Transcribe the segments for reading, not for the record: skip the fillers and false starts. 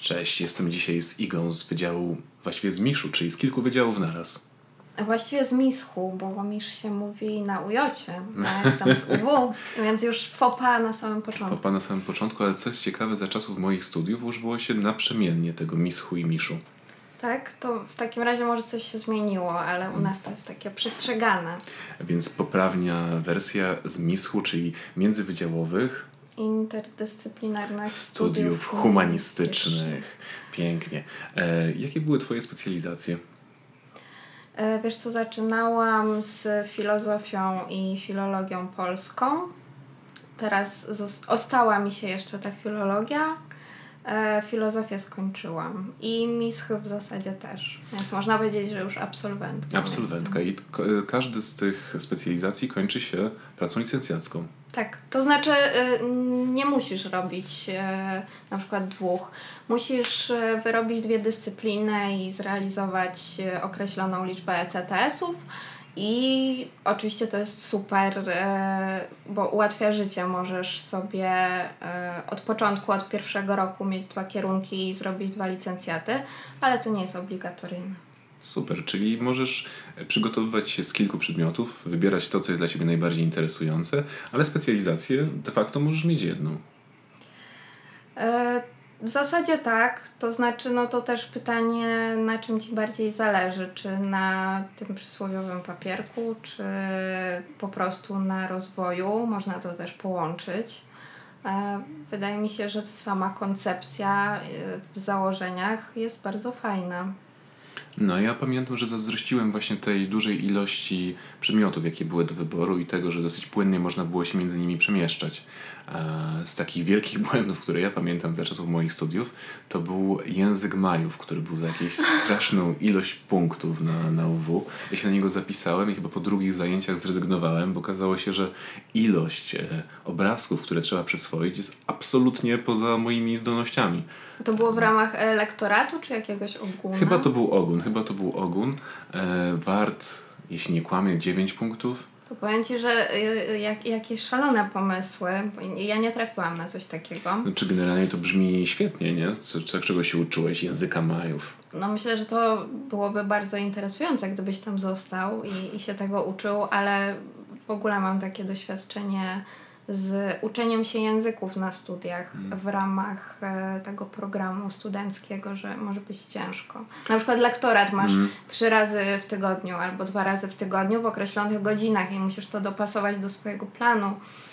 Cześć, jestem dzisiaj z Igą z wydziału, właściwie z Miszu, czyli z kilku wydziałów naraz. Właściwie z Mischu, bo Misz się mówi na ujocie. Ja jestem z UW, więc już fopa na samym początku. Fopa na samym początku, ale co jest ciekawe, za czasów moich studiów używało się naprzemiennie tego Mischu i Miszu. Tak? To w takim razie może coś się zmieniło, ale u nas to jest takie przestrzegane. Więc poprawnia wersja z Mischu, czyli międzywydziałowych Interdyscyplinarnych studiów humanistycznych. Pięknie. Jakie były twoje specjalizacje? Wiesz co, zaczynałam z filozofią i filologią polską. Teraz ostała mi się jeszcze ta filologia. Filozofię skończyłam i Misch w zasadzie też, więc można powiedzieć, że już absolwentka. Absolwentka i każdy z tych specjalizacji kończy się pracą licencjacką. Tak, to znaczy nie musisz robić na przykład 2. Musisz wyrobić 2 dyscypliny i zrealizować określoną liczbę ECTS-ów i oczywiście to jest super, bo ułatwia życie. Możesz sobie od początku, od pierwszego roku mieć 2 kierunki i zrobić 2 licencjaty, ale to nie jest obligatoryjne. Super, czyli możesz przygotowywać się z kilku przedmiotów, wybierać to, co jest dla ciebie najbardziej interesujące, ale specjalizację de facto możesz mieć jedną. W zasadzie tak, to znaczy to też pytanie, na czym ci bardziej zależy, czy na tym przysłowiowym papierku, czy po prostu na rozwoju, można to też połączyć. Wydaje mi się, że sama koncepcja w założeniach jest bardzo fajna. No ja pamiętam, że zazdrościłem właśnie tej dużej ilości przedmiotów, jakie były do wyboru i tego, że dosyć płynnie można było się między nimi przemieszczać. Z takich wielkich błędów, które ja pamiętam za czasów moich studiów, to był język Majów, który był za jakąś straszną ilość punktów na UW. Ja się na niego zapisałem i chyba po drugich zajęciach zrezygnowałem, bo okazało się, że ilość obrazków, które trzeba przyswoić, jest absolutnie poza moimi zdolnościami. To było w ramach lektoratu czy jakiegoś ogółu? Chyba to był ogun. Wart, jeśli nie kłamię, 9 punktów. To powiem ci, że jakieś szalone pomysły. Ja nie trafiłam na coś takiego. Znaczy generalnie to brzmi świetnie, nie? Czego się uczyłeś? Języka Majów. Myślę, że to byłoby bardzo interesujące, gdybyś tam został i się tego uczył, ale w ogóle mam takie doświadczenie z uczeniem się języków na studiach w ramach tego programu studenckiego, że może być ciężko. Na przykład lektorat masz 3 razy w tygodniu albo 2 razy w tygodniu w określonych godzinach i musisz to dopasować do swojego planu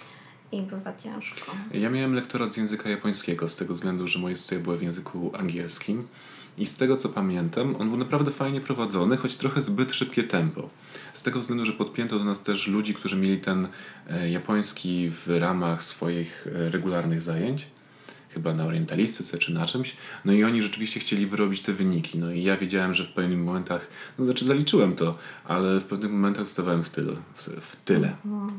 i bywa ciężko. Ja miałem lektorat z języka japońskiego z tego względu, że moje studia były w języku angielskim i z tego co pamiętam, on był naprawdę fajnie prowadzony, choć trochę zbyt szybkie tempo. Z tego względu, że podpięto do nas też ludzi, którzy mieli ten japoński w ramach swoich regularnych zajęć, chyba na orientalistyce czy na czymś, no i oni rzeczywiście chcieli wyrobić te wyniki, no i ja wiedziałem, że w pewnych momentach, zaliczyłem to, ale w pewnych momentach zostawałem w tyle.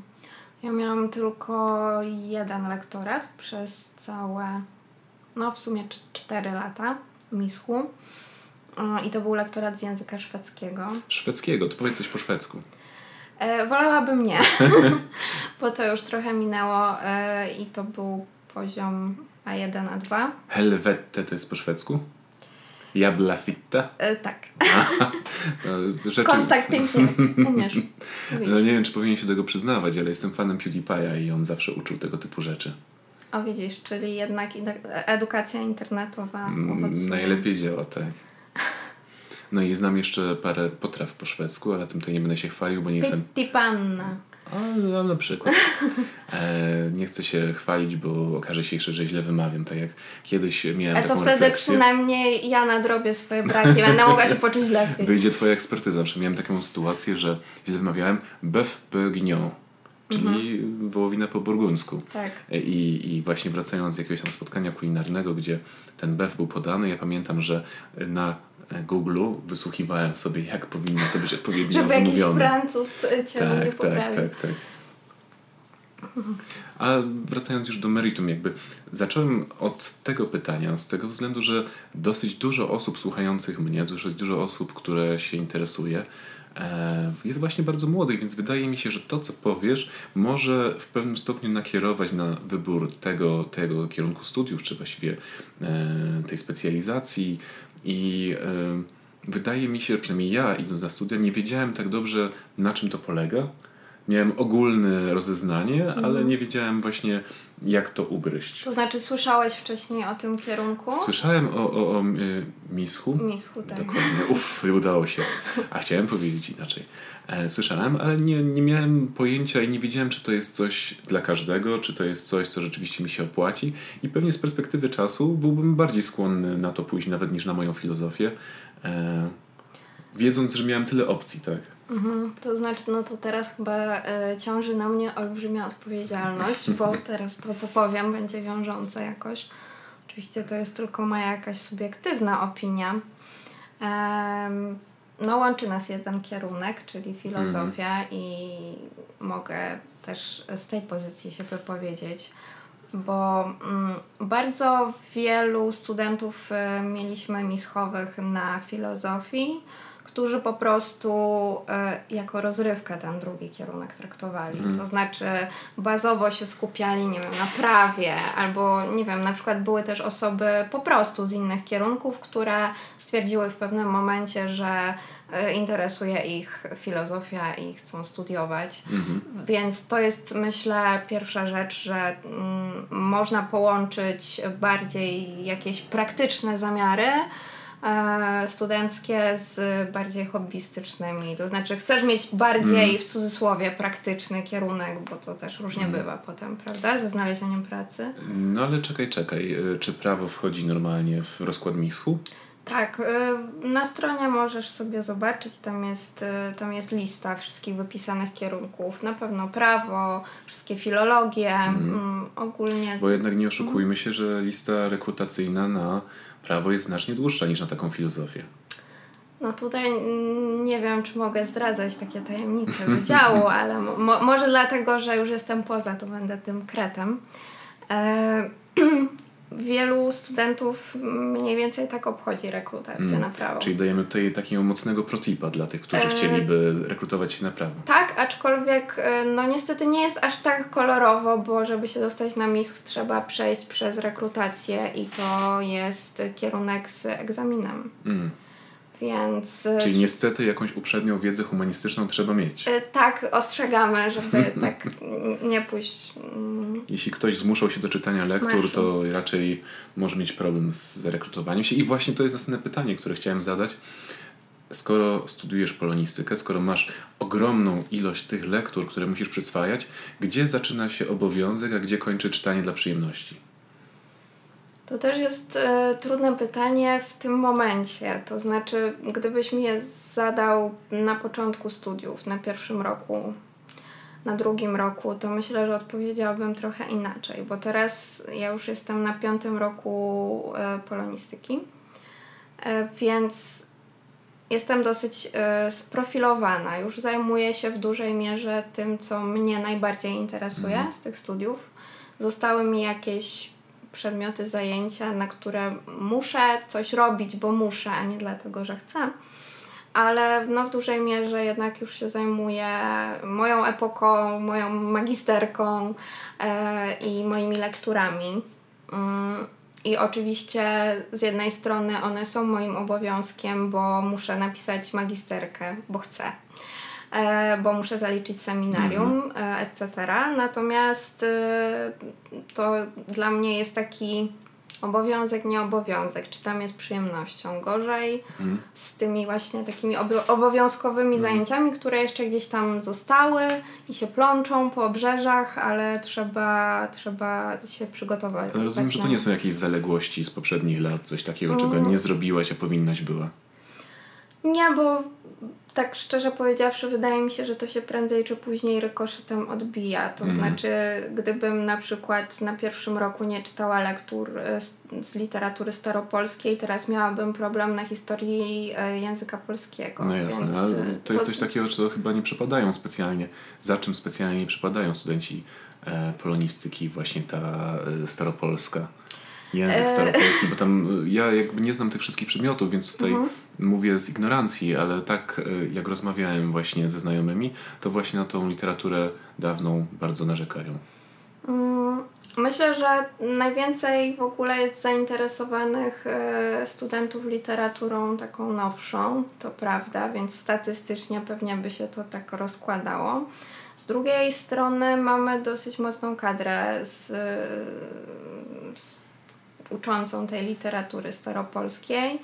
Ja miałam tylko 1 lektorat przez całe, w sumie 4 lata w Mischu. I to był lektorat z języka szwedzkiego. Szwedzkiego? To powiedz coś po szwedzku. Wolałabym nie, bo to już trochę minęło i to był poziom A1, A2. Helvete to jest po szwedzku? Jabla fitta? Tak. Skąd tak pięknie umiesz mówić? No nie wiem, czy powinien się tego przyznawać, ale jestem fanem PewDiePie'a i on zawsze uczył tego typu rzeczy. O widzisz, czyli jednak edukacja internetowa owocuje. Najlepiej działa, tak. No i znam jeszcze parę potraw po szwedzku, ale tym to nie będę się chwalił, bo nie jestem... Pyttipanna. No, na przykład. Nie chcę się chwalić, bo okaże się jeszcze, że źle wymawiam, tak jak kiedyś miałem taką refleksję. To wtedy przynajmniej ja nadrobię swoje braki, będę mogła się poczuć lepiej. Wyjdzie twoja ekspertyza. Zawsze miałem taką sytuację, że źle wymawiałem bœuf bourguignon, czyli wołowina po burgundzku. Tak. I właśnie wracając z jakiegoś tam spotkania kulinarnego, gdzie ten bœuf był podany, ja pamiętam, że na Google'u wysłuchiwałem sobie, jak powinno to być odpowiednio wymówione. Żeby jakiś Francuz cię nie poprawił. Tak. A wracając już do meritum, zacząłem od tego pytania, z tego względu, że dosyć dużo osób słuchających mnie, dosyć dużo osób, które się interesuje, jest właśnie bardzo młody, więc wydaje mi się, że to, co powiesz, może w pewnym stopniu nakierować na wybór tego kierunku studiów, czy właściwie tej specjalizacji i wydaje mi się, że przynajmniej ja, idąc na studia, nie wiedziałem tak dobrze, na czym to polega. Miałem ogólne rozeznanie, ale nie wiedziałem właśnie, jak to ugryźć. To znaczy słyszałeś wcześniej o tym kierunku? Słyszałem o MISH-u. MISH-u, tak. Dokładnie, udało się. A chciałem powiedzieć inaczej. Słyszałem, ale nie miałem pojęcia i nie wiedziałem, czy to jest coś dla każdego, czy to jest coś, co rzeczywiście mi się opłaci. I pewnie z perspektywy czasu byłbym bardziej skłonny na to pójść, nawet niż na moją filozofię. Wiedząc, że miałem tyle opcji, tak? To znaczy, no to teraz chyba ciąży na mnie olbrzymia odpowiedzialność, bo teraz to, co powiem, będzie wiążące jakoś. Oczywiście to jest tylko moja jakaś subiektywna opinia. No łączy nas jeden kierunek, czyli filozofia i mogę też z tej pozycji się wypowiedzieć, bo bardzo wielu studentów mieliśmy mischowych na filozofii, którzy po prostu jako rozrywkę ten drugi kierunek traktowali. To znaczy bazowo się skupiali, nie wiem, na prawie, albo nie wiem, na przykład były też osoby po prostu z innych kierunków, które stwierdziły w pewnym momencie, że interesuje ich filozofia i chcą studiować. Więc to jest, myślę, pierwsza rzecz, że można połączyć bardziej jakieś praktyczne zamiary studenckie z bardziej hobbystycznymi. To znaczy chcesz mieć bardziej w cudzysłowie praktyczny kierunek, bo to też różnie bywa potem, prawda? Ze znalezieniem pracy. No ale czekaj. Czy prawo wchodzi normalnie w rozkład MISH-u? Tak, na stronie możesz sobie zobaczyć, tam jest lista wszystkich wypisanych kierunków. Na pewno prawo, wszystkie filologie, ogólnie. Bo jednak nie oszukujmy się, że lista rekrutacyjna na prawo jest znacznie dłuższa niż na taką filozofię. No tutaj nie wiem, czy mogę zdradzać takie tajemnice wydziału, ale może dlatego, że już jestem poza, to będę tym kretem. Wielu studentów mniej więcej tak obchodzi rekrutację na prawo. Czyli dajemy tutaj takiego mocnego protipa dla tych, którzy chcieliby rekrutować się na prawo. Tak, aczkolwiek no niestety nie jest aż tak kolorowo, bo żeby się dostać na MISK trzeba przejść przez rekrutację i to jest kierunek z egzaminem. Więc... Czyli niestety jakąś uprzednią wiedzę humanistyczną trzeba mieć. Tak, ostrzegamy, żeby tak nie pójść... Jeśli ktoś zmuszał się do czytania lektur, to raczej może mieć problem z rekrutowaniem się. I właśnie to jest następne pytanie, które chciałem zadać. Skoro studiujesz polonistykę, skoro masz ogromną ilość tych lektur, które musisz przyswajać, gdzie zaczyna się obowiązek, a gdzie kończy czytanie dla przyjemności? To też jest trudne pytanie w tym momencie. To znaczy, gdybyś mi je zadał na początku studiów, na pierwszym roku, na drugim roku, to myślę, że odpowiedziałabym trochę inaczej, bo teraz ja już jestem na 5. roku polonistyki, więc jestem dosyć sprofilowana. Już zajmuję się w dużej mierze tym, co mnie najbardziej interesuje z tych studiów. Zostały mi jakieś przedmioty, zajęcia, na które muszę coś robić, bo muszę, a nie dlatego, że chcę. Ale no w dużej mierze jednak już się zajmuję moją epoką, moją magisterką i moimi lekturami. I oczywiście z jednej strony one są moim obowiązkiem, bo muszę napisać magisterkę, bo chcę. Bo muszę zaliczyć seminarium, etc. Natomiast to dla mnie jest taki obowiązek, nieobowiązek. Czy tam jest przyjemnością? Gorzej z tymi właśnie takimi obowiązkowymi zajęciami, które jeszcze gdzieś tam zostały i się plączą po obrzeżach, ale trzeba się przygotować. Ale rozumiem, że to nie są jakieś zaległości z poprzednich lat, coś takiego, czego nie zrobiłaś, a powinnaś była. Nie, bo tak szczerze powiedziawszy, wydaje mi się, że to się prędzej czy później rykoszetem odbija. To znaczy, gdybym na przykład na pierwszym roku nie czytała lektur z literatury staropolskiej, teraz miałabym problem na historii języka polskiego. No jasne, więc ale to jest coś takiego, co chyba nie przepadają specjalnie. Za czym specjalnie nie przepadają studenci polonistyki, właśnie ta staropolska? Język staropolski, bo tam ja jakby nie znam tych wszystkich przedmiotów, więc tutaj mówię z ignorancji, ale tak jak rozmawiałem właśnie ze znajomymi, to właśnie na tą literaturę dawną bardzo narzekają. Myślę, że najwięcej w ogóle jest zainteresowanych studentów literaturą taką nowszą, to prawda, więc statystycznie pewnie by się to tak rozkładało. Z drugiej strony mamy dosyć mocną kadrę z uczącą tej literatury staropolskiej,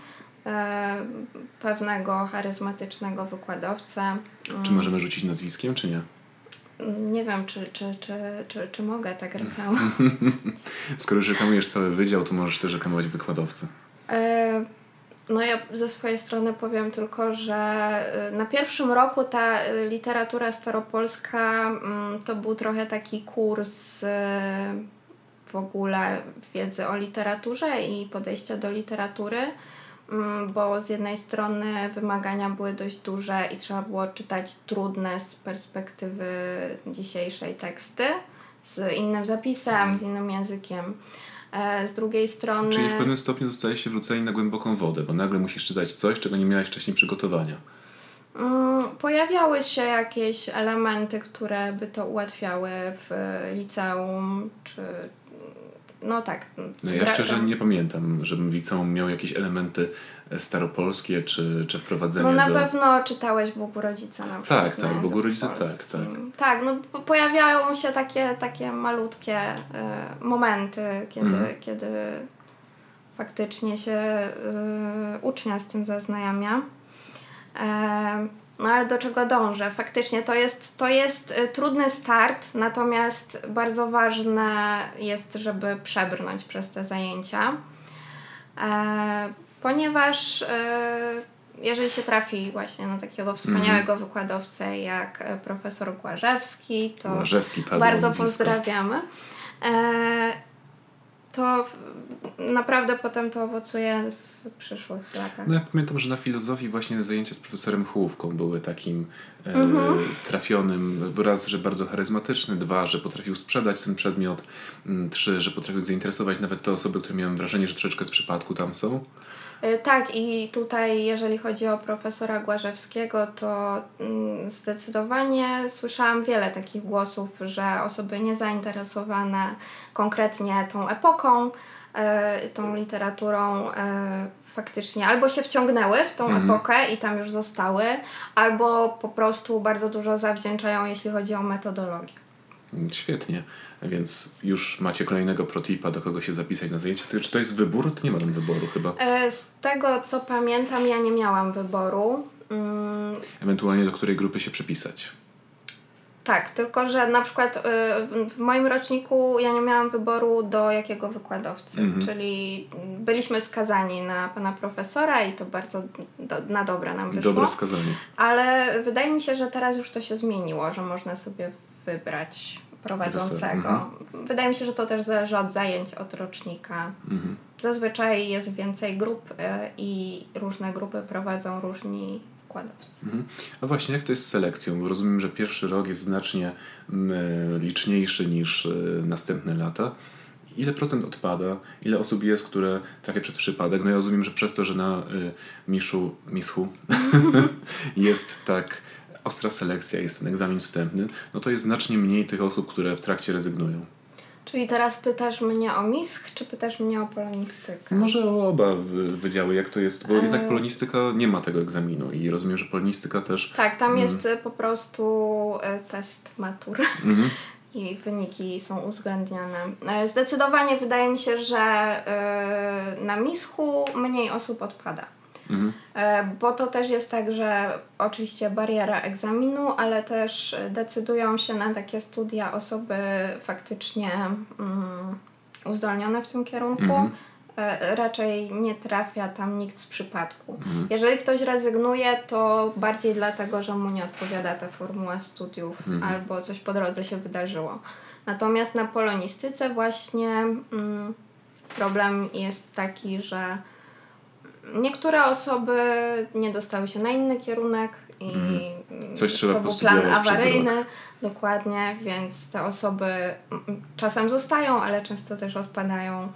pewnego charyzmatycznego wykładowcę. Czy możemy rzucić nazwiskiem, czy nie? Nie wiem, czy mogę tak reklamować. Skoro już reklamujesz cały wydział, to możesz też reklamować wykładowcę. No ja ze swojej strony powiem tylko, że na pierwszym roku ta literatura staropolska to był trochę taki kurs w ogóle wiedzy o literaturze i podejścia do literatury, bo z jednej strony wymagania były dość duże i trzeba było czytać trudne z perspektywy dzisiejszej teksty, z innym zapisem, z innym językiem. Z drugiej strony... Czyli w pewnym stopniu zostajesz się wrzuceni na głęboką wodę, bo nagle musisz czytać coś, czego nie miałeś wcześniej przygotowania. Pojawiały się jakieś elementy, które by to ułatwiały w liceum, czy... No tak. No ja szczerze nie pamiętam, żebym w liceum miał jakieś elementy staropolskie, czy wprowadzenie no na pewno czytałeś Bogu Rodzica na przykład. Tak, Bogu Rodzica, tak. Tak, no pojawiają się takie malutkie momenty, kiedy faktycznie się ucznia z tym zaznajamia. No ale do czego dążę? Faktycznie to jest trudny start, natomiast bardzo ważne jest, żeby przebrnąć przez te zajęcia. Ponieważ jeżeli się trafi właśnie na takiego wspaniałego wykładowcę jak profesor Głażewski, to bardzo pozdrawiamy. To naprawdę potem to owocuje w przyszłych latach. No ja pamiętam, że na filozofii właśnie zajęcia z profesorem Hołówką były takim trafionym, raz, że bardzo charyzmatyczny, 2, że potrafił sprzedać ten przedmiot, 3, że potrafił zainteresować nawet te osoby, które miałem wrażenie, że troszeczkę z przypadku tam są. Tak, i tutaj jeżeli chodzi o profesora Głażewskiego, to zdecydowanie słyszałam wiele takich głosów, że osoby niezainteresowane konkretnie tą epoką, tą literaturą faktycznie albo się wciągnęły w tą epokę i tam już zostały, albo po prostu bardzo dużo zawdzięczają, jeśli chodzi o metodologię. Świetnie, więc już macie kolejnego protipa, do kogo się zapisać na zajęcia. Czy to jest wybór? To nie ma tam wyboru chyba. Z tego co pamiętam, ja nie miałam wyboru. Ewentualnie do której grupy się przypisać. Tak, tylko że na przykład w moim roczniku ja nie miałam wyboru do jakiego wykładowcy, czyli byliśmy skazani na pana profesora i to bardzo na dobre nam wyszło. Dobre skazanie. Ale wydaje mi się, że teraz już to się zmieniło, że można sobie wybrać prowadzącego. Wydaje mi się, że to też zależy od zajęć, od rocznika. Zazwyczaj jest więcej grup i różne grupy prowadzą różni wykładowcy. A właśnie, jak to jest z selekcją? Bo rozumiem, że pierwszy rok jest znacznie liczniejszy niż następne lata. Ile procent odpada? Ile osób jest, które trafia przez przypadek? No ja rozumiem, że przez to, że na Mischu jest tak ostra selekcja, jest ten egzamin wstępny, no to jest znacznie mniej tych osób, które w trakcie rezygnują. Czyli teraz pytasz mnie o MISK, czy pytasz mnie o polonistykę? Może o oba wydziały, jak to jest, bo jednak polonistyka nie ma tego egzaminu i rozumiem, że polonistyka też... Tak, tam jest po prostu test matur i wyniki są uwzględniane. Zdecydowanie wydaje mi się, że na MISK-u mniej osób odpada. Bo to też jest tak, że oczywiście bariera egzaminu, ale też decydują się na takie studia osoby faktycznie uzdolnione w tym kierunku. Raczej nie trafia tam nikt z przypadku. Jeżeli ktoś rezygnuje, to bardziej dlatego, że mu nie odpowiada ta formuła studiów albo coś po drodze się wydarzyło. Natomiast na polonistyce właśnie problem jest taki, że niektóre osoby nie dostały się na inny kierunek i coś trzeba to był plan awaryjny, dokładnie, więc te osoby czasem zostają, ale często też odpadają.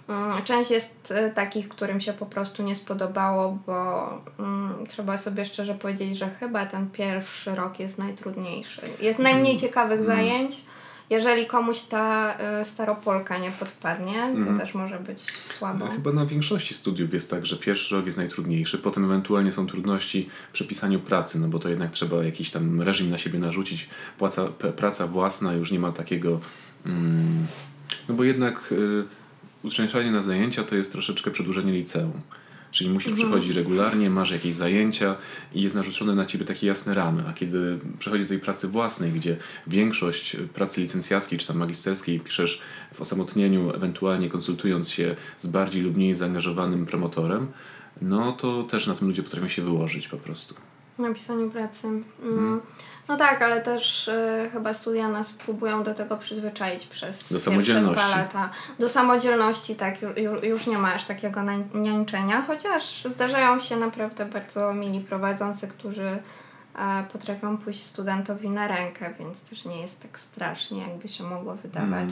Część jest takich, którym się po prostu nie spodobało, bo trzeba sobie szczerze powiedzieć, że chyba ten pierwszy rok jest najtrudniejszy. Jest najmniej ciekawych zajęć. Jeżeli komuś ta staropolka nie podpadnie, to też może być słabo. Chyba na większości studiów jest tak, że pierwszy rok jest najtrudniejszy, potem ewentualnie są trudności przy pisaniu pracy, no bo to jednak trzeba jakiś tam reżim na siebie narzucić. Praca własna już nie ma takiego... no bo jednak uczęszczanie na zajęcia to jest troszeczkę przedłużenie liceum. Czyli musisz przychodzić regularnie, masz jakieś zajęcia i jest narzucone na ciebie takie jasne ramy. A kiedy przechodzi do tej pracy własnej, gdzie większość pracy licencjackiej czy tam magisterskiej piszesz w osamotnieniu, ewentualnie konsultując się z bardziej lub mniej zaangażowanym promotorem, no to też na tym ludzie potrafią się wyłożyć po prostu. Na pisaniu pracy. No tak, ale też chyba studia nas próbują do tego przyzwyczaić przez do samodzielności. 2 lata. Do samodzielności, tak, już nie ma aż takiego niańczenia, chociaż zdarzają się naprawdę bardzo mili prowadzący, którzy potrafią pójść studentowi na rękę, więc też nie jest tak strasznie, jakby się mogło wydawać.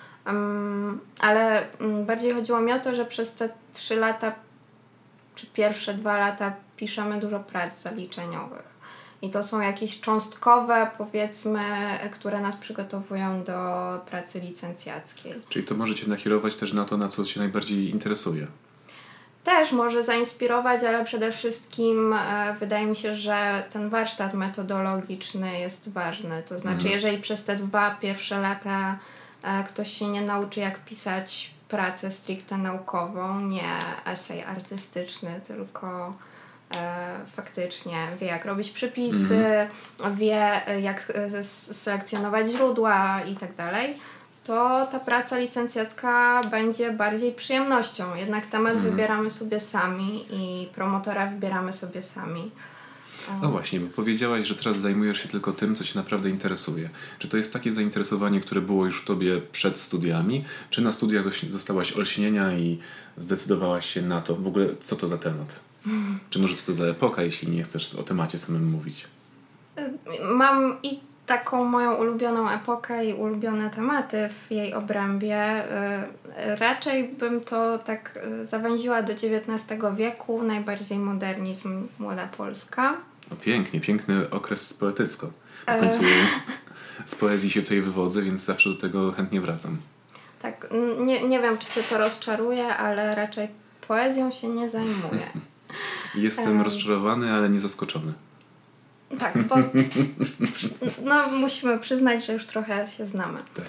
Ale bardziej chodziło mi o to, że przez te 3 lata, czy pierwsze 2 lata piszemy dużo prac zaliczeniowych. I to są jakieś cząstkowe, powiedzmy, które nas przygotowują do pracy licencjackiej. Czyli to może Cię nakierować też na to, na co Cię najbardziej interesuje. Też może zainspirować, ale przede wszystkim wydaje mi się, że ten warsztat metodologiczny jest ważny. To znaczy, jeżeli przez te 2 pierwsze lata ktoś się nie nauczy, jak pisać pracę stricte naukową, nie esej artystyczny, tylko faktycznie wie, jak robić przypisy, wie, jak selekcjonować źródła i tak dalej, to ta praca licencjacka będzie bardziej przyjemnością. Jednak temat wybieramy sobie sami i promotora wybieramy sobie sami. No właśnie, bo powiedziałaś, że teraz zajmujesz się tylko tym, co Cię naprawdę interesuje. Czy to jest takie zainteresowanie, które było już w Tobie przed studiami, czy na studiach dostałaś olśnienia i zdecydowałaś się na to? W ogóle co to za temat? Czy może co to za epoka, jeśli nie chcesz o temacie samym mówić? Mam i taką moją ulubioną epokę i ulubione tematy w jej obrębie. Raczej bym to tak zawęziła do XIX wieku, najbardziej modernizm, Młoda Polska. No pięknie, piękny okres poetycko. W końcu z poezji się tutaj wywodzę, więc zawsze do tego chętnie wracam. Tak, nie wiem, czy Cię to rozczaruje, ale raczej poezją się nie zajmuję. Jestem rozczarowany, ale nie zaskoczony. Tak, bo no, musimy przyznać, że już trochę się znamy. Tak.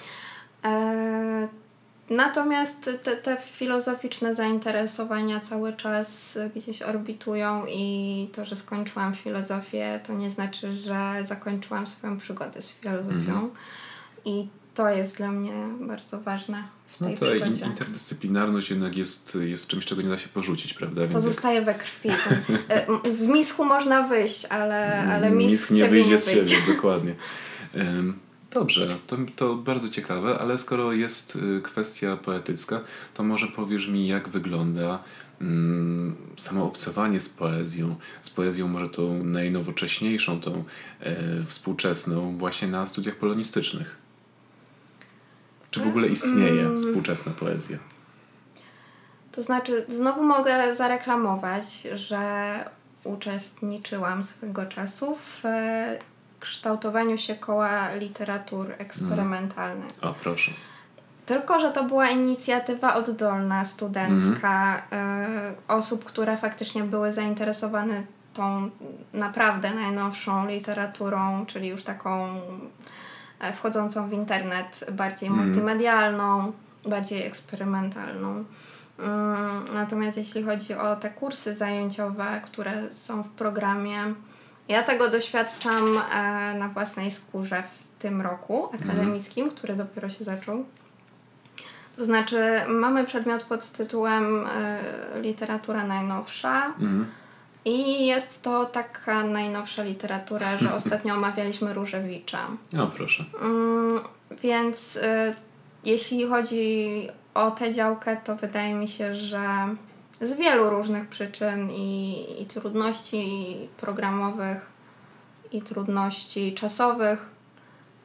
Natomiast te filozoficzne zainteresowania cały czas gdzieś orbitują i to, że skończyłam filozofię, to nie znaczy, że zakończyłam swoją przygodę z filozofią. I to jest dla mnie bardzo ważne w tej przygodzie. Interdyscyplinarność jednak jest czymś, czego nie da się porzucić, prawda? To zostaje we krwi. Z mischu można wyjść, ale misk nie wyjdzie z siebie, dokładnie. Dobrze, to bardzo ciekawe, ale skoro jest kwestia poetycka, to może powiesz mi, jak wygląda samo obcowanie z poezją może tą najnowocześniejszą, tą współczesną, właśnie na studiach polonistycznych. Czy w ogóle istnieje współczesna poezja? To znaczy, znowu mogę zareklamować, że uczestniczyłam swego czasu w kształtowaniu się koła literatur eksperymentalnych. O, proszę. Tylko że to była inicjatywa oddolna, studencka, osób, które faktycznie były zainteresowane tą naprawdę najnowszą literaturą, czyli już taką wchodzącą w internet, bardziej multimedialną, bardziej eksperymentalną. Natomiast jeśli chodzi o te kursy zajęciowe, które są w programie, ja tego doświadczam na własnej skórze w tym roku akademickim, który dopiero się zaczął. To znaczy mamy przedmiot pod tytułem literatura najnowsza i jest to taka najnowsza literatura, że ostatnio omawialiśmy Różewicza. O, proszę. Więc jeśli chodzi o tę działkę, to wydaje mi się, że z wielu różnych przyczyn i trudności programowych, i trudności czasowych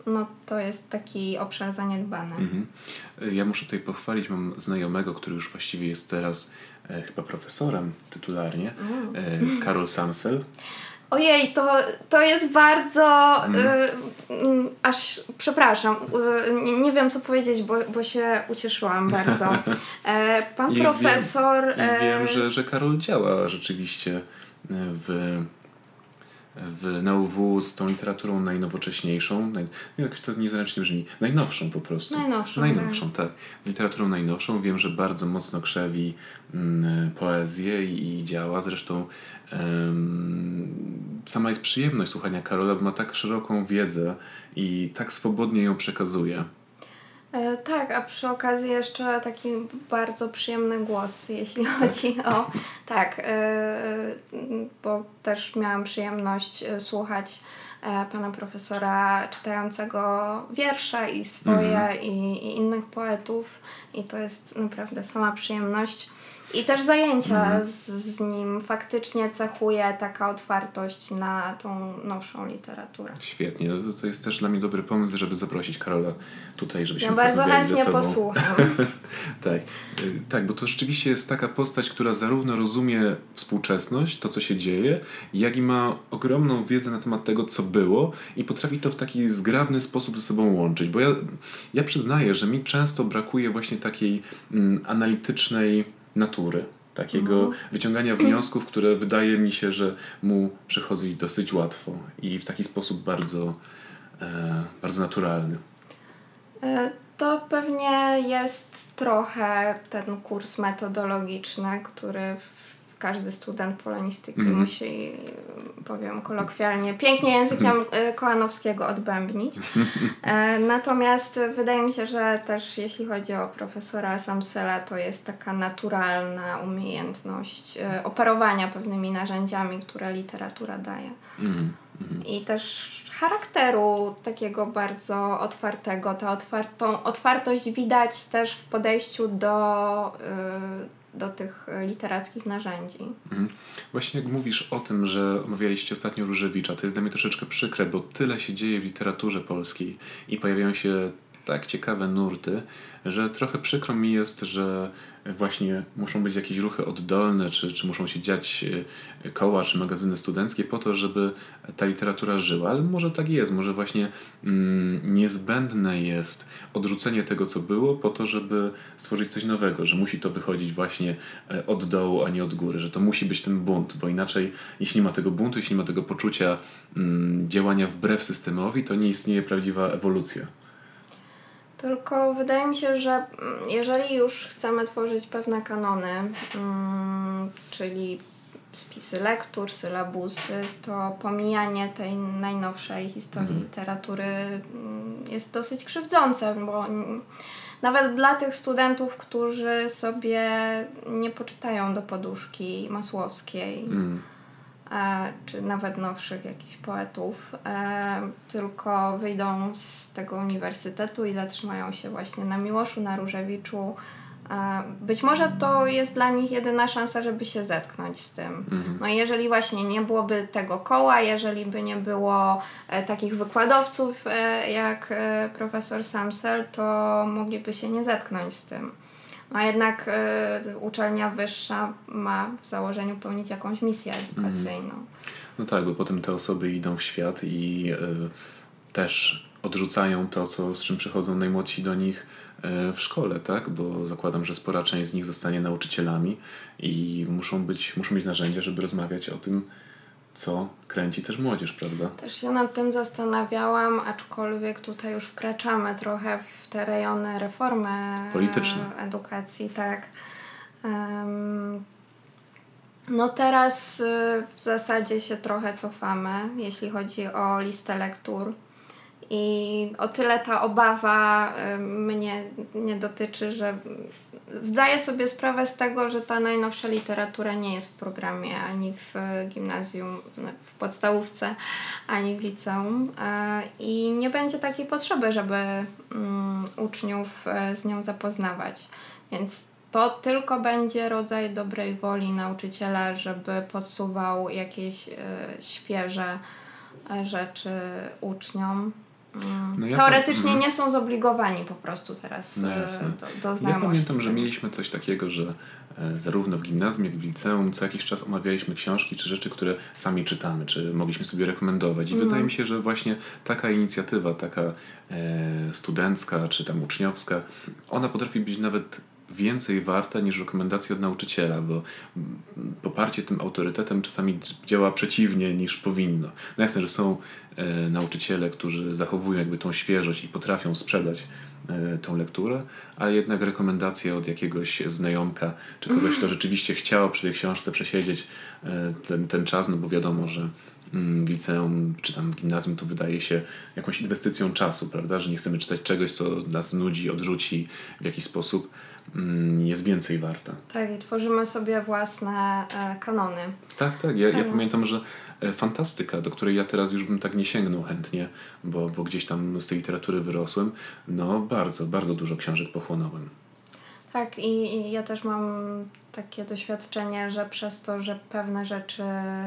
no to jest taki obszar zaniedbany. Ja muszę tutaj pochwalić, mam znajomego, który już właściwie jest teraz chyba profesorem tytularnie, Karol Samsel. Ojej, to jest bardzo... aż przepraszam, nie wiem co powiedzieć, bo się ucieszyłam bardzo. Pan profesor... Wiem, że Karol działa rzeczywiście na UW z tą literaturą najnowocześniejszą, jakoś to niezręcznie brzmi, najnowszą po prostu. Najnowszą, tak. Z literaturą najnowszą. Wiem, że bardzo mocno krzewi poezję i działa. Zresztą sama jest przyjemność słuchania Karola, bo ma tak szeroką wiedzę i tak swobodnie ją przekazuje. Tak, a przy okazji jeszcze taki bardzo przyjemny głos, jeśli chodzi o... Tak, bo też miałam przyjemność słuchać pana profesora czytającego wiersze i swoje i innych poetów i to jest naprawdę sama przyjemność. I też zajęcia z nim faktycznie cechuje taka otwartość na tą nowszą literaturę. Świetnie. To jest też dla mnie dobry pomysł, żeby zaprosić Karola tutaj, żebyśmy porozmawiali ze sobą. Ja bardzo chętnie posłucham. Tak, bo to rzeczywiście jest taka postać, która zarówno rozumie współczesność, to co się dzieje, jak i ma ogromną wiedzę na temat tego, co było i potrafi to w taki zgrabny sposób ze sobą łączyć. Bo ja przyznaję, że mi często brakuje właśnie takiej analitycznej natury, takiego wyciągania wniosków, które wydaje mi się, że mu przychodzi dosyć łatwo i w taki sposób bardzo, bardzo naturalny. To pewnie jest trochę ten kurs metodologiczny, który każdy student polonistyki musi, powiem kolokwialnie, pięknie językiem Kołanowskiego odbębnić. Natomiast wydaje mi się, że też jeśli chodzi o profesora Samsela, to jest taka naturalna umiejętność operowania pewnymi narzędziami, które literatura daje. I też charakteru takiego bardzo otwartego. Tą otwartość widać też w podejściu do tych literackich narzędzi. Właśnie jak mówisz o tym, że omawialiście ostatnio Różewicza, to jest dla mnie troszeczkę przykre, bo tyle się dzieje w literaturze polskiej i pojawiają się tak ciekawe nurty, że trochę przykro mi jest, że właśnie muszą być jakieś ruchy oddolne, czy muszą się dziać koła, czy magazyny studenckie po to, żeby ta literatura żyła. Ale może tak jest, może właśnie niezbędne jest odrzucenie tego, co było, po to, żeby stworzyć coś nowego, że musi to wychodzić właśnie od dołu, a nie od góry, że to musi być ten bunt, bo inaczej, jeśli nie ma tego buntu, jeśli nie ma tego poczucia działania wbrew systemowi, to nie istnieje prawdziwa ewolucja. Tylko wydaje mi się, że jeżeli już chcemy tworzyć pewne kanony, czyli spisy lektur, sylabusy, to pomijanie tej najnowszej historii literatury jest dosyć krzywdzące, bo nawet dla tych studentów, którzy sobie nie poczytają do poduszki Masłowskiej, czy nawet nowszych jakichś poetów, tylko wyjdą z tego uniwersytetu i zatrzymają się właśnie na Miłoszu, na Różewiczu. Być może to jest dla nich jedyna szansa, żeby się zetknąć z tym. No i jeżeli właśnie nie byłoby tego koła, jeżeli by nie było takich wykładowców jak profesor Samsel, to mogliby się nie zetknąć z tym. No a jednak uczelnia wyższa ma w założeniu pełnić jakąś misję edukacyjną. No tak, bo potem te osoby idą w świat i też odrzucają to, z czym przychodzą najmłodsi do nich w szkole, tak? Bo zakładam, że spora część z nich zostanie nauczycielami i muszą mieć narzędzia, żeby rozmawiać o tym, co kręci też młodzież, prawda? Też się nad tym zastanawiałam, aczkolwiek tutaj już wkraczamy trochę w te rejony reformy polityczne edukacji, tak. No teraz w zasadzie się trochę cofamy, jeśli chodzi o listę lektur. I o tyle ta obawa mnie nie dotyczy, że zdaję sobie sprawę z tego, że ta najnowsza literatura nie jest w programie ani w gimnazjum, w podstawówce, ani w liceum i nie będzie takiej potrzeby, żeby uczniów z nią zapoznawać. Więc to tylko będzie rodzaj dobrej woli nauczyciela, żeby podsuwał jakieś świeże rzeczy uczniom. Teoretycznie nie są zobligowani po prostu teraz do znajomości. Ja pamiętam, że mieliśmy coś takiego, że zarówno w gimnazjum, jak i w liceum co jakiś czas omawialiśmy książki czy rzeczy, które sami czytamy, czy mogliśmy sobie rekomendować. I wydaje mi się, że właśnie taka inicjatywa, taka studencka czy tam uczniowska, ona potrafi być nawet więcej warta niż rekomendacja od nauczyciela, bo poparcie tym autorytetem czasami działa przeciwnie niż powinno. No jasne, że są nauczyciele, którzy zachowują jakby tą świeżość i potrafią sprzedać tą lekturę, ale jednak rekomendacja od jakiegoś znajomka, czy kogoś, kto rzeczywiście chciał przy tej książce przesiedzieć ten czas, no bo wiadomo, że w liceum czy tam w gimnazjum to wydaje się jakąś inwestycją czasu, prawda, że nie chcemy czytać czegoś, co nas nudzi, odrzuci w jakiś sposób, jest więcej warta. Tak, i tworzymy sobie własne kanony. Tak. Ja pamiętam, że fantastyka, do której ja teraz już bym tak nie sięgnął chętnie, bo gdzieś tam z tej literatury wyrosłem, no bardzo, bardzo dużo książek pochłonąłem. Tak, i ja też mam takie doświadczenie, że przez to, że pewne rzeczy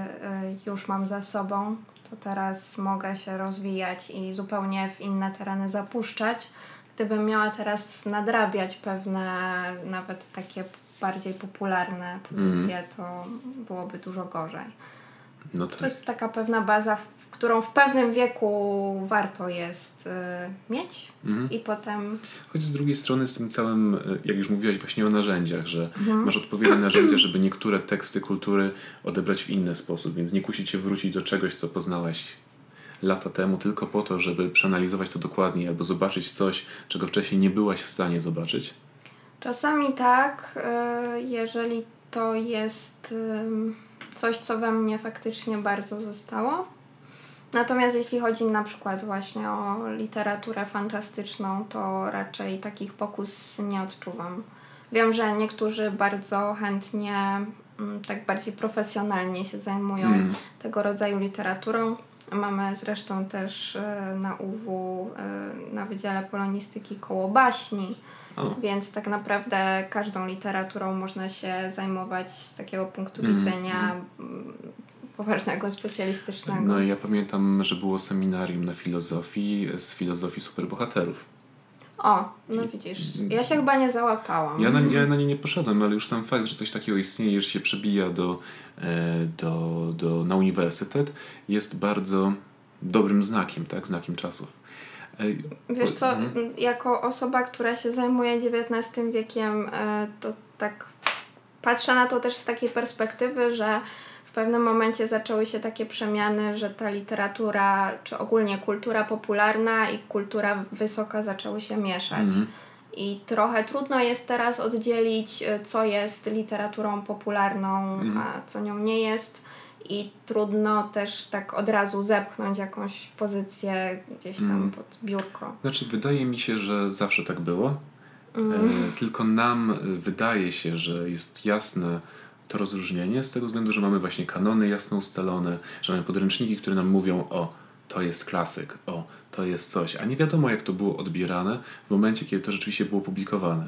już mam za sobą, to teraz mogę się rozwijać i zupełnie w inne tereny zapuszczać. Gdybym miała teraz nadrabiać pewne, nawet takie bardziej popularne pozycje, to byłoby dużo gorzej. No tak. To jest taka pewna baza, którą w pewnym wieku warto jest mieć i potem... Choć z drugiej strony z tym całym, jak już mówiłaś właśnie o narzędziach, że masz odpowiednie narzędzia, żeby niektóre teksty kultury odebrać w inny sposób, więc nie kusi cię wrócić do czegoś, co poznałaś lata temu tylko po to, żeby przeanalizować to dokładniej albo zobaczyć coś, czego wcześniej nie byłaś w stanie zobaczyć? Czasami tak, jeżeli to jest coś, co we mnie faktycznie bardzo zostało. Natomiast jeśli chodzi na przykład właśnie o literaturę fantastyczną, to raczej takich pokus nie odczuwam. Wiem, że niektórzy bardzo chętnie, tak bardziej profesjonalnie się zajmują tego rodzaju literaturą. Mamy zresztą też na UW, na Wydziale Polonistyki koło baśni, więc tak naprawdę każdą literaturą można się zajmować z takiego punktu widzenia poważnego, specjalistycznego. No ja pamiętam, że było seminarium na filozofii z filozofii superbohaterów. O, no widzisz, ja się chyba nie załapałam. Ja na nie nie poszedłem, ale już sam fakt, że coś takiego istnieje, że się przebija na uniwersytet, jest bardzo dobrym znakiem, tak? Znakiem czasów. Wiesz co, jako osoba, która się zajmuje XIX wiekiem, to tak patrzę na to też z takiej perspektywy, że w pewnym momencie zaczęły się takie przemiany, że ta literatura, czy ogólnie kultura popularna i kultura wysoka zaczęły się mieszać. I trochę trudno jest teraz oddzielić, co jest literaturą popularną, a co nią nie jest. I trudno też tak od razu zepchnąć jakąś pozycję gdzieś tam pod biurko. Znaczy, wydaje mi się, że zawsze tak było. Tylko nam wydaje się, że jest jasne to rozróżnienie z tego względu, że mamy właśnie kanony jasno ustalone, że mamy podręczniki, które nam mówią: o, to jest klasyk, o, to jest coś, a nie wiadomo, jak to było odbierane w momencie, kiedy to rzeczywiście było publikowane.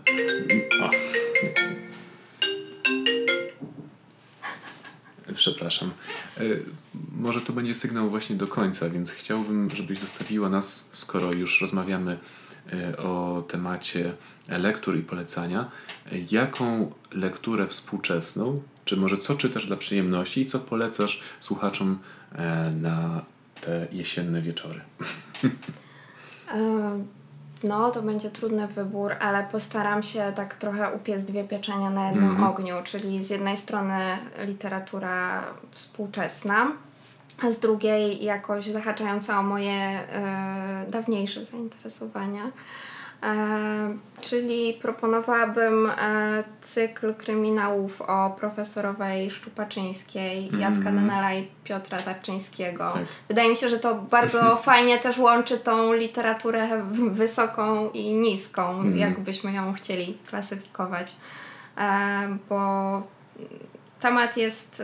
Przepraszam. Może to będzie sygnał właśnie do końca, więc chciałbym, żebyś zostawiła nas, skoro już rozmawiamy o temacie lektur i polecania, jaką lekturę współczesną, czy może co czytasz dla przyjemności i co polecasz słuchaczom na te jesienne wieczory? No, to będzie trudny wybór, ale postaram się tak trochę upiec dwie pieczenie na jednym ogniu, czyli z jednej strony literatura współczesna, a z drugiej jakoś zahaczająca o moje dawniejsze zainteresowania. Czyli proponowałabym cykl kryminałów o profesorowej Szczupaczyńskiej, Jacka Denela i Piotra Tarczyńskiego. Tak. Wydaje mi się, że to bardzo fajnie też łączy tą literaturę wysoką i niską, jakbyśmy ją chcieli klasyfikować, bo temat jest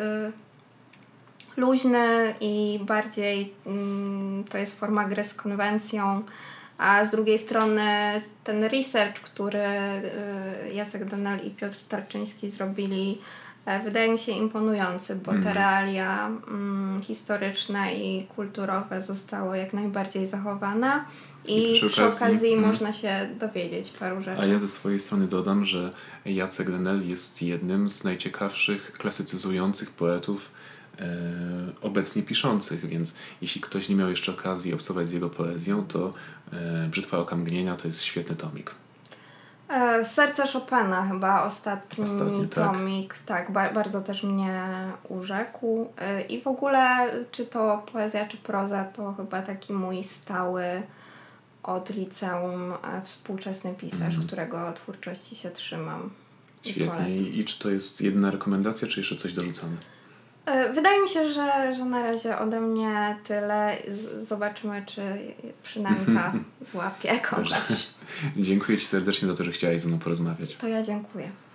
luźny i bardziej to jest forma gry z konwencją, a z drugiej strony ten research, który Jacek Denel i Piotr Tarczyński zrobili, wydaje mi się imponujący, bo te realia historyczne i kulturowe zostały jak najbardziej zachowane i przy okazji można się dowiedzieć paru rzeczy. A ja ze swojej strony dodam, że Jacek Denel jest jednym z najciekawszych klasycyzujących poetów obecnie piszących, więc jeśli ktoś nie miał jeszcze okazji obcować z jego poezją, to Brzytwa oka mgnienia to jest świetny tomik. Serce Chopina chyba ostatni tomik, tak, bardzo też mnie urzekł i w ogóle czy to poezja, czy proza, to chyba taki mój stały od liceum współczesny pisarz, którego twórczości się trzymam. Świetnie. I czy to jest jedyna rekomendacja, czy jeszcze coś dorzucamy? Wydaje mi się, że na razie ode mnie tyle. Zobaczymy, czy przynęta złapie kogoś. Dziękuję Ci serdecznie za to, że chciałaś ze mną porozmawiać. To ja dziękuję.